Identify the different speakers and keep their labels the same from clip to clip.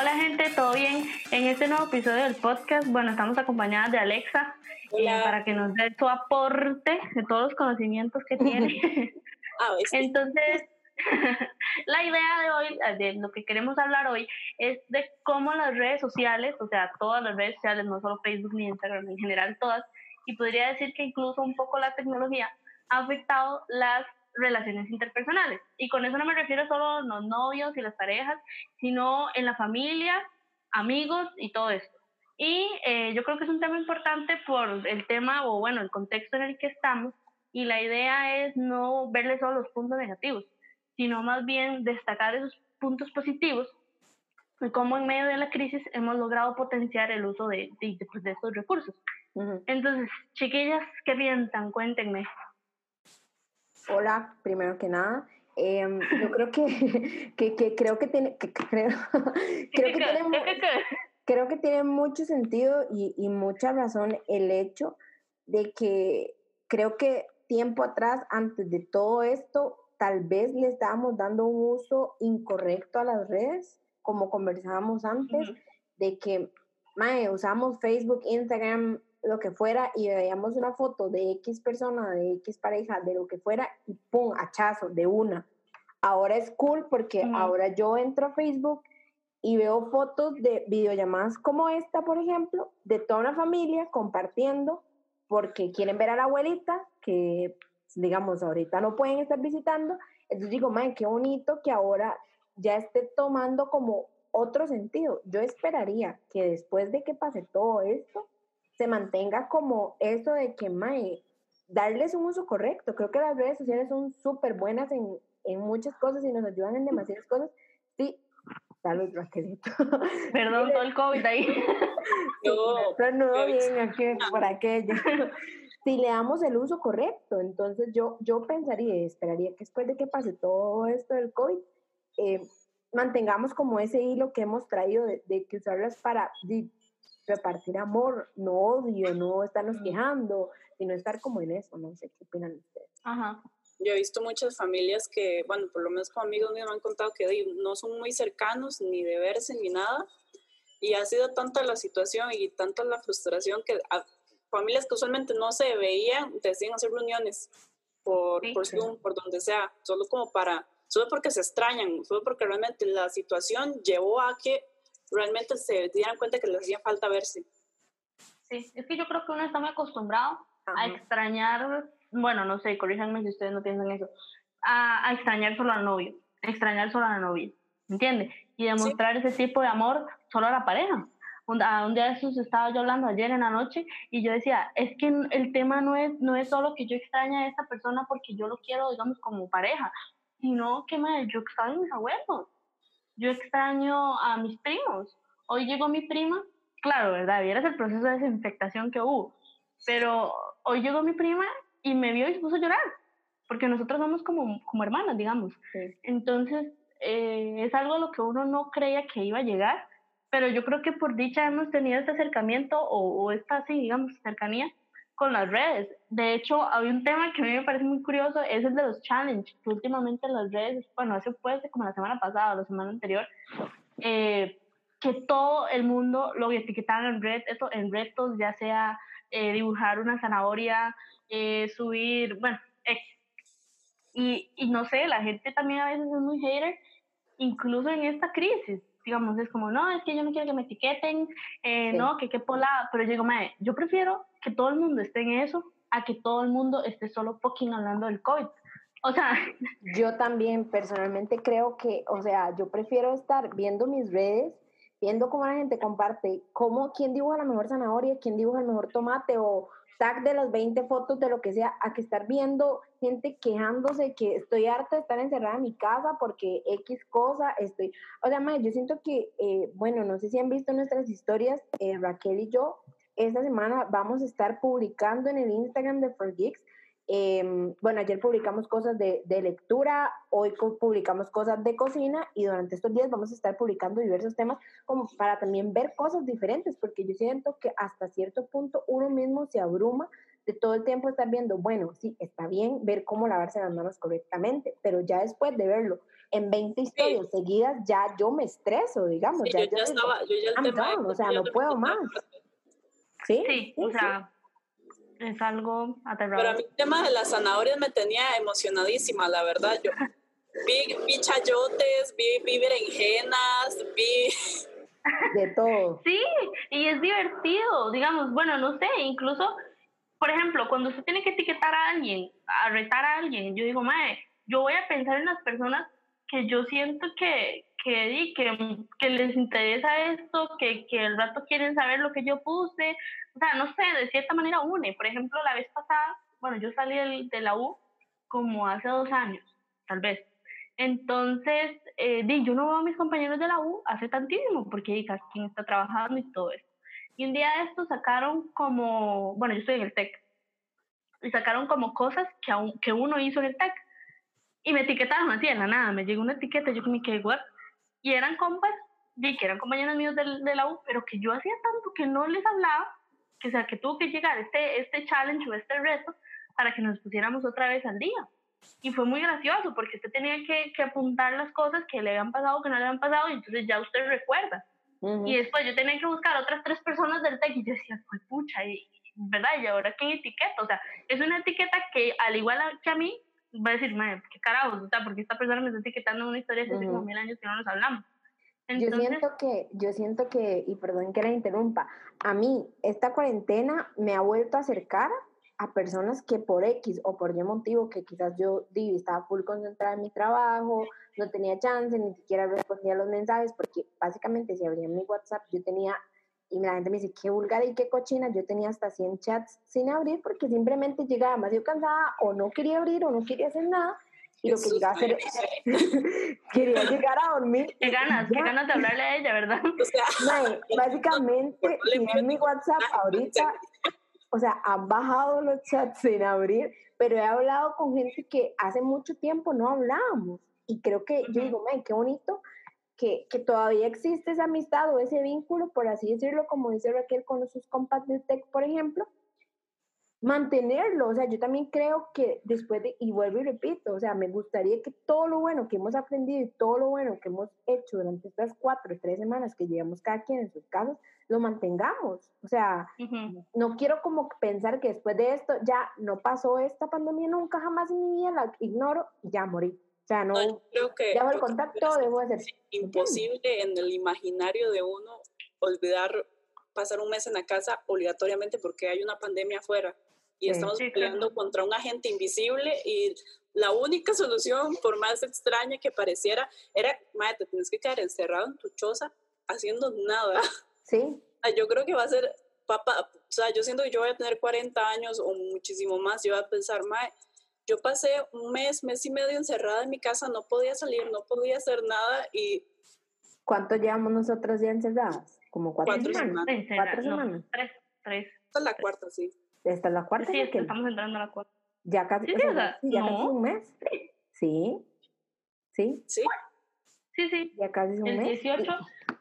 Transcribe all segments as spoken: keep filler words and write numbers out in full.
Speaker 1: Hola gente, ¿todo bien? En este nuevo episodio del podcast, bueno, estamos acompañadas de Alexa eh, para que nos dé su aporte de todos los conocimientos que tiene.
Speaker 2: Ah,
Speaker 1: Entonces, la idea de hoy, de lo que queremos hablar hoy, es de cómo las redes sociales, o sea, todas las redes sociales, no solo Facebook ni Instagram, en general todas, y podría decir que incluso un poco la tecnología ha afectado las relaciones interpersonales. Y con eso no me refiero solo a los novios y las parejas, sino en la familia, amigos y todo esto. Y eh, yo creo que es un tema importante por el tema, o bueno, el contexto en el que estamos, y la idea es no verle solo los puntos negativos, sino más bien destacar esos puntos positivos y cómo en medio de la crisis hemos logrado potenciar el uso de, de, de, pues, de estos recursos. Uh-huh. Entonces, chiquillas, ¿qué piensan? Cuéntenme.
Speaker 3: Hola, primero que nada. Eh, yo creo que, que, que creo que tiene que, creo, creo, que tiene creo que tiene mucho sentido y, y mucha razón el hecho de que creo que tiempo atrás, antes de todo esto, tal vez le estábamos dando un uso incorrecto a las redes, como conversábamos antes, uh-huh. de que mae, usamos Facebook, Instagram, lo que fuera, y veíamos una foto de X persona, de X pareja, de lo que fuera, y pum, hachazo, de una. Ahora es cool porque uh-huh. ahora yo entro a Facebook y veo fotos de videollamadas como esta, por ejemplo, de toda una familia compartiendo, porque quieren ver a la abuelita, que digamos ahorita no pueden estar visitando. Entonces digo, man, qué bonito que ahora ya esté tomando como otro sentido. Yo esperaría que después de que pase todo esto, se mantenga como eso de que, mae, darles un uso correcto. Creo que las redes sociales son súper buenas en, en muchas cosas y nos ayudan en demasiadas cosas. Sí, salud, Raquelito.
Speaker 1: Perdón, sí, todo el COVID ahí.
Speaker 3: Sí, no, no, bien, aquí, por aquello. Si le damos el uso correcto, entonces yo, yo pensaría y esperaría que después de que pase todo esto del COVID, eh, mantengamos como ese hilo que hemos traído de, de que usarlas para de, repartir amor, no odio, no estarnos quejando, sino estar como en eso. No sé qué opinan ustedes.
Speaker 1: Ajá.
Speaker 2: Yo he visto muchas familias que, bueno, por lo menos con amigos míos me han contado que no son muy cercanos ni de verse ni nada, y ha sido tanta la situación y tanta la frustración que a familias que usualmente no se veían deciden hacer reuniones por, sí, por Zoom, sí. por donde sea, solo como para, solo porque se extrañan, solo porque realmente la situación llevó a que realmente se dieran cuenta que les hacía falta verse.
Speaker 1: Sí, es que yo creo que uno está muy acostumbrado Ajá. a extrañar, bueno, no sé, corríjanme si ustedes no piensan eso, a, a extrañar solo al novio, a extrañar solo a la novia, ¿entiendes? Y demostrar sí. ese tipo de amor solo a la pareja. Un, a un día de esos estaba yo hablando ayer en la noche y yo decía, es que el tema no es, no es solo que yo extrañe a esta persona porque yo lo quiero, digamos, como pareja, sino que me, yo extraño a mis abuelos, yo extraño a mis primos. Hoy llegó mi prima, claro, ¿verdad? Vieras el proceso de desinfectación que hubo, pero hoy llegó mi prima y me vio y se puso a llorar, porque nosotros somos como, como hermanas, digamos. Sí. Entonces, eh, es algo a lo que uno no creía que iba a llegar, pero yo creo que por dicha hemos tenido este acercamiento o, o esta, sí, digamos, cercanía con las redes. De hecho, hay un tema que a mí me parece muy curioso, es el de los challenges, que últimamente las redes, bueno, eso fue como la semana pasada o la semana anterior, eh, que todo el mundo lo etiquetaban en, red, esto, en retos, ya sea eh, dibujar una zanahoria, eh, subir, bueno, eh, y, y no sé, la gente también a veces es muy hater, incluso en esta crisis. Digamos, es como, no, es que yo no quiero que me etiqueten, eh, sí. no, que qué polada, pero yo digo, mae, yo prefiero que todo el mundo esté en eso a que todo el mundo esté solo fucking hablando del COVID. O sea...
Speaker 3: Yo también personalmente creo que, o sea, yo prefiero estar viendo mis redes, viendo cómo la gente comparte, cómo, quién dibuja la mejor zanahoria, quién dibuja el mejor tomate o tag de las veinte fotos de lo que sea, a que estar viendo gente quejándose que estoy harta de estar encerrada en mi casa porque X cosa, estoy... O sea, mae, yo siento que, eh, bueno, no sé si han visto nuestras historias, eh, Raquel y yo, esta semana vamos a estar publicando en el Instagram de For Geeks. Eh, bueno, ayer publicamos cosas de, de lectura, hoy publicamos cosas de cocina y durante estos días vamos a estar publicando diversos temas como para también ver cosas diferentes, porque yo siento que hasta cierto punto uno mismo se abruma de todo el tiempo estar viendo, bueno, sí, está bien ver cómo lavarse las manos correctamente, pero ya después de verlo en veinte historias sí. seguidas, ya yo me estreso, digamos.
Speaker 2: Sí,
Speaker 3: ya
Speaker 2: yo, ya
Speaker 3: yo
Speaker 2: estaba, yo ya el tema
Speaker 3: down,
Speaker 2: de,
Speaker 3: o sea, no puedo más. Sí,
Speaker 1: sí, sí, o sea, sí. Es algo aterrador.
Speaker 2: Pero a mí el tema de las zanahorias me tenía emocionadísima, la verdad. Yo vi, vi chayotes, vi, vi berenjenas, vi...
Speaker 3: De todo.
Speaker 1: Sí, y es divertido, digamos, bueno, no sé, incluso, por ejemplo, cuando usted tiene que etiquetar a alguien, a retar a alguien, yo digo, mae, yo voy a pensar en las personas que yo siento que, que, que, que les interesa esto, que, que al rato quieren saber lo que yo puse, o sea, no sé, de cierta manera une. Por ejemplo, la vez pasada, bueno, yo salí del, de la U como hace dos años, tal vez. Entonces, eh, di, yo no veo a mis compañeros de la U hace tantísimo, porque cada quien está trabajando y todo eso. Y un día de estos sacaron como, bueno, yo estoy en el TEC, y sacaron como cosas que, aún, que uno hizo en el TEC. Y me etiquetaron así, de la nada, me llegó una etiqueta, yo me quedé, what? Y eran compas, di, que eran compañeros míos de, de la U, pero que yo hacía tanto que no les hablaba, que o sea, que tuvo que llegar este, este challenge o este reto para que nos pusiéramos otra vez al día. Y fue muy gracioso porque usted tenía que, que apuntar las cosas que le habían pasado, que no le habían pasado, y entonces ya usted recuerda. Uh-huh. Y después yo tenía que buscar otras tres personas del TEC y yo decía, pues pucha, y, ¿verdad? ¿Y ahora qué etiqueta? O sea, es una etiqueta que al igual que a mí, va a decir, madre, qué carajos, o sea, porque esta persona me está etiquetando una historia que hace uh-huh. como mil años que no nos hablamos.
Speaker 3: Entonces, yo siento que, yo siento que, y perdón que la interrumpa, a mí esta cuarentena me ha vuelto a acercar a personas que por X o por Y motivo, que quizás yo digo, estaba full concentrada en mi trabajo, no tenía chance, ni siquiera respondía a los mensajes, porque básicamente si abría mi WhatsApp, yo tenía, y la gente me dice, qué vulgar y qué cochina, yo tenía hasta cien chats sin abrir, porque simplemente llegaba demasiado cansada, o no quería abrir, o no quería hacer nada, y lo que Jesús, llegaba a hacer, quería llegar a dormir.
Speaker 1: Qué ganas, qué ganas de hablarle a ella, ¿verdad?
Speaker 2: O sea,
Speaker 3: no, básicamente, si ven mi WhatsApp ahorita, o sea, han bajado los chats sin abrir, pero he hablado con gente que hace mucho tiempo no hablábamos. Y creo que, uh-huh. yo digo, man, qué bonito que, que todavía existe esa amistad o ese vínculo, por así decirlo, como dice Raquel con sus compas del TEC, por ejemplo, mantenerlo. O sea, yo también creo que después de, y vuelvo y repito, o sea, me gustaría que todo lo bueno que hemos aprendido y todo lo bueno que hemos hecho durante estas cuatro o tres semanas que llevamos cada quien en sus casas, lo mantengamos. O sea, uh-huh. no quiero como pensar que después de esto ya no pasó esta pandemia nunca jamás en mi vida, la ignoro y ya morí. O sea, no,
Speaker 2: no creo que,
Speaker 3: dejo el contacto, debo hacer...
Speaker 2: Es imposible en el imaginario de uno olvidar pasar un mes en la casa obligatoriamente porque hay una pandemia afuera y sí, estamos sí, peleando claro. contra un agente invisible y la única solución, por más extraña que pareciera, era, madre, te tienes que quedar encerrado en tu choza haciendo nada.
Speaker 3: Sí.
Speaker 2: Yo creo que va a ser, papá, o sea, yo siento que yo voy a tener cuarenta años o muchísimo más, yo voy a pensar, madre, yo pasé un mes, mes y medio encerrada en mi casa, no podía salir, no podía hacer nada y...
Speaker 3: ¿Cuánto llevamos nosotros ya encerradas? Como cuatro, cuatro semanas. semanas.
Speaker 1: Cuatro no, semanas. Tres, tres.
Speaker 2: Esta es la cuarta, sí.
Speaker 3: Esta es la cuarta.
Speaker 1: Sí, sí estamos entrando a la cuarta.
Speaker 3: Ya casi,
Speaker 1: sí,
Speaker 3: o
Speaker 1: sí,
Speaker 3: sea,
Speaker 1: o sea,
Speaker 3: ya
Speaker 1: no.
Speaker 3: casi un mes. Sí. Sí.
Speaker 2: Sí.
Speaker 1: Sí, sí.
Speaker 3: Ya casi un
Speaker 1: el
Speaker 3: mes.
Speaker 1: dieciocho.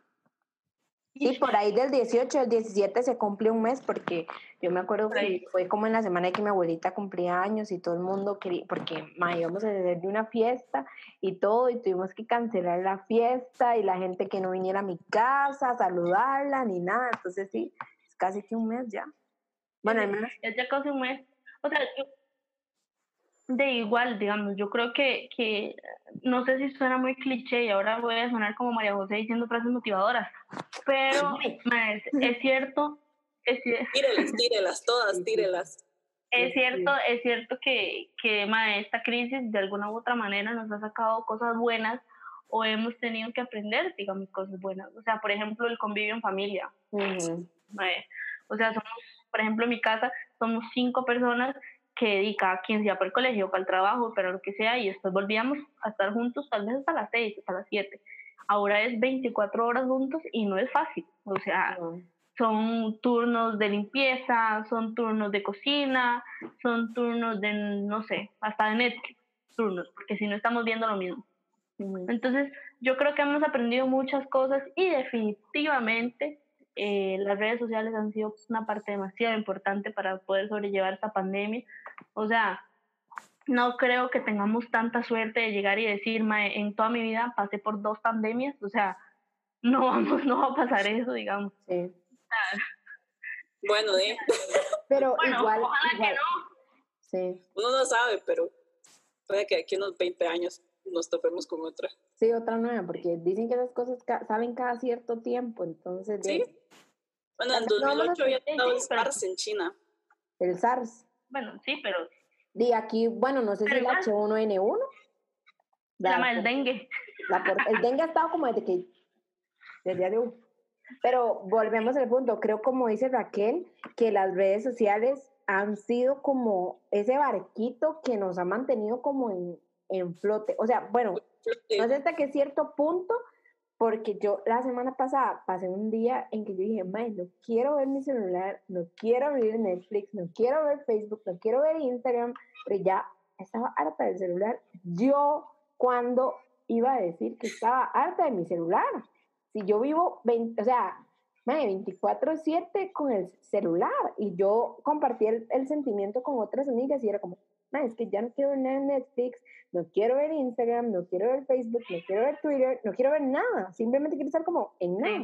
Speaker 3: Sí, por ahí del dieciocho al diecisiete se cumple un mes porque yo me acuerdo que fue como en la semana de que mi abuelita cumplía años y todo el mundo quería, porque ma, íbamos a hacer de una fiesta y todo y tuvimos que cancelar la fiesta y la gente que no viniera a mi casa a saludarla ni nada, entonces sí, es casi que un mes ya. Bueno,
Speaker 1: sí,
Speaker 3: al menos.
Speaker 1: Es ya casi un mes. O sea, yo, de igual, digamos, yo creo que, que no sé si suena muy cliché y ahora voy a sonar como María José diciendo frases motivadoras, pero es, es cierto, es cierto.
Speaker 2: Tírelas, tírelas, todas, tírelas.
Speaker 1: Es cierto, es cierto que, que ma, esta crisis de alguna u otra manera nos ha sacado cosas buenas o hemos tenido que aprender, digamos, cosas buenas. O sea, por ejemplo, el convivio en familia. Uh-huh. Ma, o sea, somos, por ejemplo, en mi casa somos cinco personas que dedica quien sea para el colegio, para el trabajo, para lo que sea, y después volvíamos a estar juntos tal vez hasta las seis, hasta las siete. Ahora es veinticuatro horas juntos y no es fácil. O sea, uh-huh. son turnos de limpieza, son turnos de cocina, son turnos de, no sé, hasta de Netflix, turnos, porque si no estamos viendo lo mismo. Uh-huh. Entonces, yo creo que hemos aprendido muchas cosas y definitivamente eh, las redes sociales han sido una parte demasiado importante para poder sobrellevar esta pandemia. O sea, no creo que tengamos tanta suerte de llegar y decir, mae, en toda mi vida pasé por dos pandemias, o sea, no vamos, no va a pasar eso, digamos.
Speaker 3: Sí.
Speaker 2: Bueno, ¿eh?
Speaker 3: Pero
Speaker 1: bueno,
Speaker 3: igual,
Speaker 1: ojalá
Speaker 3: igual,
Speaker 1: que no.
Speaker 3: Sí.
Speaker 2: Uno no sabe, pero puede que aquí en unos veinte años nos topemos con otra.
Speaker 3: Sí, otra nueva, porque dicen que esas cosas ca- salen cada cierto tiempo, entonces...
Speaker 2: Sí.
Speaker 3: De...
Speaker 2: Bueno, en dos mil ocho había estado el SARS en China.
Speaker 3: El SARS.
Speaker 1: Bueno, sí, pero...
Speaker 3: Y aquí, bueno, no sé
Speaker 1: pero
Speaker 3: si el
Speaker 1: igual,
Speaker 3: H uno N uno.
Speaker 1: La, la el dengue.
Speaker 3: La por, el dengue ha estado como desde que... Desde hace un... Pero volvemos al punto, creo como dice Raquel, que las redes sociales han sido como ese barquito que nos ha mantenido como en, en flote. O sea, bueno, no sé hasta qué cierto punto, porque yo la semana pasada pasé un día en que yo dije, "May, no quiero ver mi celular, no quiero abrir Netflix, no quiero ver Facebook, no quiero ver Instagram", pero ya estaba harta del celular. Yo, cuando iba a decir que estaba harta de mi celular, si yo vivo veinte, o sea, veinticuatro siete con el celular, y yo compartí el, el sentimiento con otras amigas y era como, es que ya no quiero ver nada en Netflix, no quiero ver Instagram, no quiero ver Facebook, no quiero ver Twitter, no quiero ver nada, simplemente quiero estar como en nada.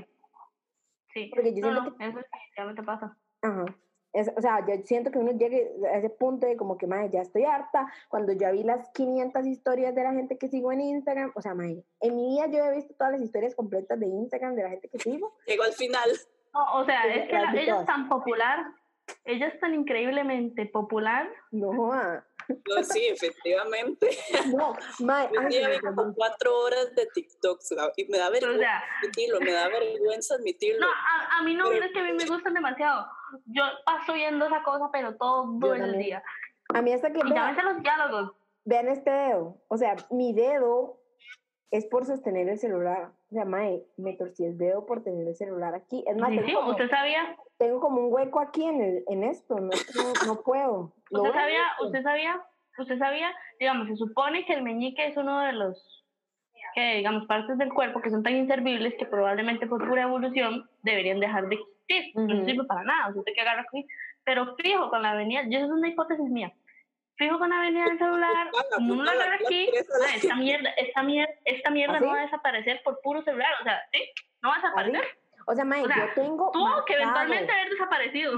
Speaker 1: Sí, sí.
Speaker 3: Porque yo
Speaker 1: no,
Speaker 3: siento
Speaker 1: no,
Speaker 3: que...
Speaker 1: eso definitivamente pasa.
Speaker 3: Ajá. Es, o sea, yo siento que uno llegue a ese punto de como que, madre, ya estoy harta. Cuando ya vi las quinientas historias de la gente que sigo en Instagram, o sea, madre, en mi vida yo he visto todas las historias completas de Instagram de la gente que sigo.
Speaker 2: Llegó al final.
Speaker 1: No, o sea,
Speaker 3: Sí,
Speaker 1: es que la, ella es tan popular, ella es tan increíblemente popular.
Speaker 3: No, ah.
Speaker 2: No, sí, efectivamente.
Speaker 3: No, madre,
Speaker 2: un día vi como cuatro horas de TikTok y me da vergüenza o sea, admitirlo, me da vergüenza admitirlo.
Speaker 1: No, a, a mí no, pero, es que a mí me gustan demasiado. Yo paso viendo esa cosa, pero todo el también. día.
Speaker 3: A mí hasta que...
Speaker 1: Y ya ven los diálogos.
Speaker 3: Vean este dedo, o sea, mi dedo es por sostener el celular. O sea, mae, me torcí el dedo por tener el celular aquí. Es más,
Speaker 1: sí,
Speaker 3: tengo
Speaker 1: sí,
Speaker 3: como,
Speaker 1: ¿usted sabía?
Speaker 3: Tengo como un hueco aquí en, el, en esto, no, no, no puedo.
Speaker 1: ¿Usted sabía, ¿Usted sabía? ¿Usted sabía? Digamos, se supone que el meñique es uno de los, que digamos, partes del cuerpo que son tan inservibles que probablemente por pura evolución deberían dejar de existir. Uh-huh. No sirve para nada, usted que agarra aquí. Pero fijo, con la avenida, yo eso es una hipótesis mía. Fijo con la avenida del celular, como uno la agarra aquí, ah, esta mierda, esta mierda, esta mierda ¿así? No va a desaparecer por puro celular, o sea, sí, no va a desaparecer.
Speaker 3: ¿Así? O sea, mae, o sea, yo tengo
Speaker 1: tuvo marcado. Que eventualmente haber desaparecido.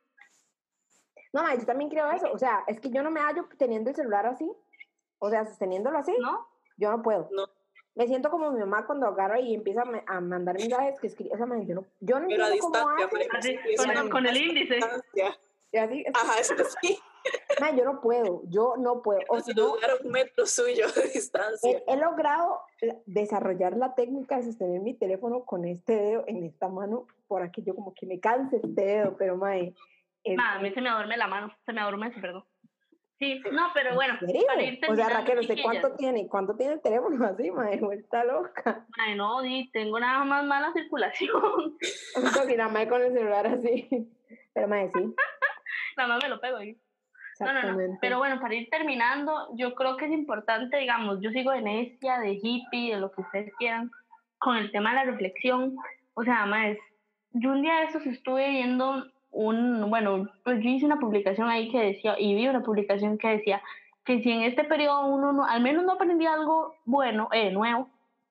Speaker 3: No, mae, yo también creo eso, o sea, es que yo no me hallo teniendo el celular así, o sea, sosteniéndolo así,
Speaker 1: ¿no?
Speaker 3: Yo no puedo.
Speaker 2: No.
Speaker 3: Me siento como mi mamá cuando agarra y empieza a, a mandar mensajes que escribe, o sea, mae, yo no, yo no
Speaker 2: pero a
Speaker 3: distancia,
Speaker 2: cómo hace.
Speaker 1: Así, con, el, con el índice.
Speaker 3: Y así,
Speaker 2: Ajá, eso sí.
Speaker 3: Ma, yo no puedo, yo no puedo. O
Speaker 2: si no, un metro suyo de distancia.
Speaker 3: He, he logrado desarrollar la técnica de sostener mi teléfono con este dedo en esta mano, por aquí yo como que me canse este dedo, pero mae.
Speaker 1: Es, ma, a mí se me adorme la mano, se me adorme, perdón. Sí, no, pero bueno.
Speaker 3: ¿En serio? O sea, Raquel, ¿usted cuánto tiene? ¿Cuánto tiene el teléfono así, mae? Está loca.
Speaker 1: Mae, no, di, tengo nada más mala circulación.
Speaker 3: Entonces, la mae con el celular así. Pero mae, sí.
Speaker 1: Nada más me lo pego ahí. No, no, no. Pero bueno, para ir terminando, yo creo que es importante, digamos, yo sigo de necia, de hippie, de lo que ustedes quieran, con el tema de la reflexión. O sea, más, yo un día de esos estuve viendo un, bueno, pues yo hice una publicación ahí que decía, y vi una publicación que decía que si en este periodo uno no, al menos no aprendía algo bueno, eh, nuevo,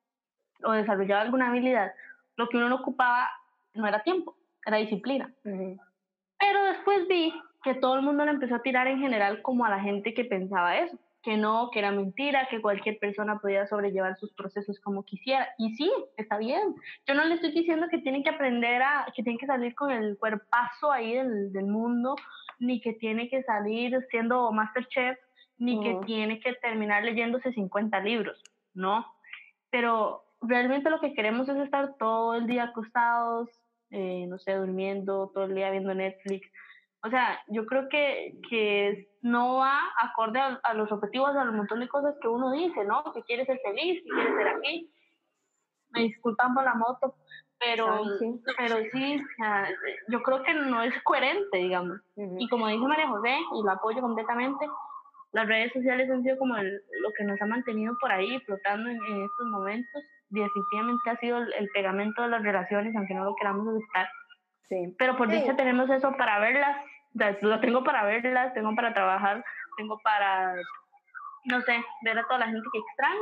Speaker 1: o desarrollaba alguna habilidad, lo que uno no ocupaba no era tiempo, era disciplina. Uh-huh. Pero después vi que todo el mundo le empezó a tirar en general como a la gente que pensaba eso, que no, que era mentira, que cualquier persona podía sobrellevar sus procesos como quisiera. Y sí, está bien. Yo no le estoy diciendo que tienen que aprender a, que tienen que salir con el cuerpazo ahí del, del mundo, ni que tiene que salir siendo Masterchef, ni uh-huh. que tiene que terminar leyéndose cincuenta libros, ¿no? Pero realmente lo que queremos es estar todo el día acostados, eh, no sé, durmiendo, todo el día viendo Netflix. O sea, yo creo que, que no va acorde a, a los objetivos, a un montón de cosas que uno dice, ¿no? Que quiere ser feliz, que quiere ser aquí. Me disculpan por la moto, pero sí, pero sí o sea, yo creo que no es coherente, digamos. Uh-huh. Y como dice María José, y lo apoyo completamente, las redes sociales han sido como el, lo que nos ha mantenido por ahí flotando en, en estos momentos. Definitivamente ha sido el, el pegamento de las relaciones, aunque no lo queramos aceptar.
Speaker 3: Sí.
Speaker 1: Pero por
Speaker 3: sí.
Speaker 1: dicha tenemos eso para verlas, lo tengo para verlas, tengo para trabajar, tengo para, no sé, ver a toda la gente que extraño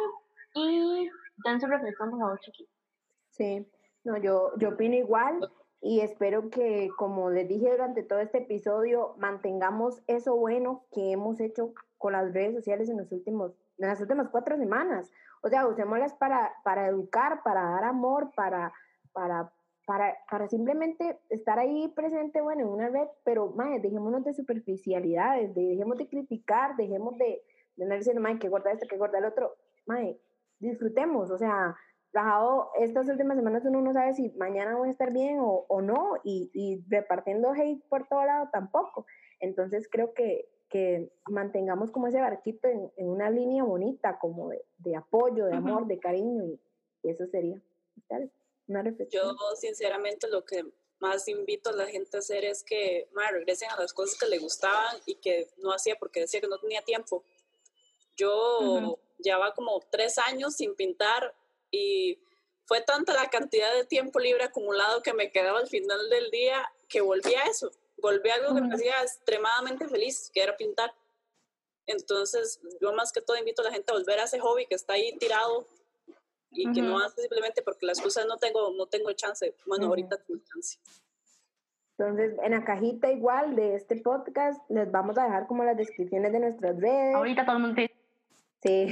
Speaker 1: y den su reflexión, por favor, chiquitos.
Speaker 3: Sí, no, yo, yo opino igual y espero que, como les dije durante todo este episodio, mantengamos eso bueno que hemos hecho con las redes sociales en los últimos, en las últimas cuatro semanas. O sea, usémoslas para, para educar, para dar amor, para, para, para, para simplemente estar ahí presente, bueno, en una red, pero, mae, dejémonos de superficialidades, de, dejemos de criticar, dejemos de, de andar diciendo, mae, que gorda esto, que gorda el otro, mae, disfrutemos, o sea, Rajado, estas últimas semanas uno no sabe si mañana voy a estar bien o, o no, y, y repartiendo hate por todo lado tampoco. Entonces creo que, que mantengamos como ese barquito en, en una línea bonita, como de, de apoyo, de amor, uh-huh. de cariño, y, y eso sería ¿sabes? Una reflexión.
Speaker 2: Yo sinceramente lo que más invito a la gente a hacer es que ma, regresen a las cosas que le gustaban y que no hacía porque decía que no tenía tiempo. Yo uh-huh. llevaba como tres años sin pintar y fue tanta la cantidad de tiempo libre acumulado que me quedaba al final del día que volví a eso, volví a algo uh-huh. que me hacía extremadamente feliz, que era pintar. Entonces yo más que todo invito a la gente a volver a ese hobby que está ahí tirado y uh-huh. que no hace simplemente porque las cosas no tengo, no tengo chance, bueno uh-huh. ahorita tengo chance.
Speaker 3: Entonces en la cajita igual de este podcast les vamos a dejar como las descripciones de nuestras redes.
Speaker 1: Ahorita todo el mundo dice.
Speaker 3: Sí,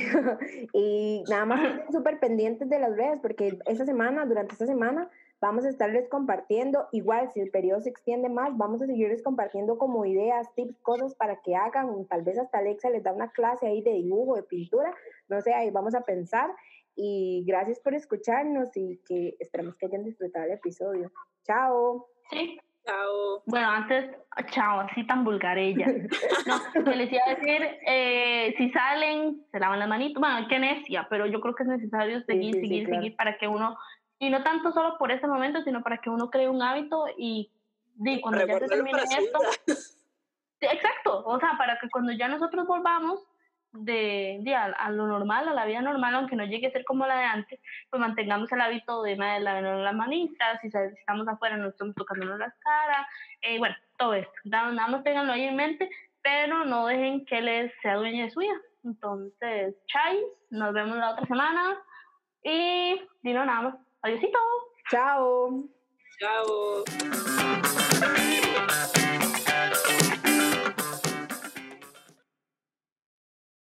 Speaker 3: y nada más estén súper pendientes de las redes porque esta semana, durante esta semana, vamos a estarles compartiendo, igual si el periodo se extiende más, vamos a seguirles compartiendo como ideas, tips, cosas para que hagan, tal vez hasta Alexa les da una clase ahí de dibujo, de pintura, no sé, ahí vamos a pensar, y gracias por escucharnos y que esperamos que hayan disfrutado el episodio. Chao.
Speaker 1: Sí.
Speaker 2: Chao.
Speaker 1: Bueno, antes, chao, así tan vulgar ella. No, que les iba a decir, eh, si salen, se lavan las manitos. Bueno, qué necia, pero yo creo que es necesario seguir, sí, sí, seguir, sí, claro. seguir para que uno, y no tanto solo por ese momento, sino para que uno cree un hábito y, y cuando ya se termine esto. Sí, exacto, o sea, para que cuando ya nosotros volvamos de, de a, a lo normal, a la vida normal, aunque no llegue a ser como la de antes, pues mantengamos el hábito de lavarnos las manitas, si estamos afuera no estamos tocándonos las caras, eh, bueno, todo esto, nada más tenganlo ahí en mente, pero no dejen que les sea dueña de suya. Entonces, chais, nos vemos la otra semana y dino nada más, adiósito.
Speaker 3: Chao.
Speaker 2: Chao.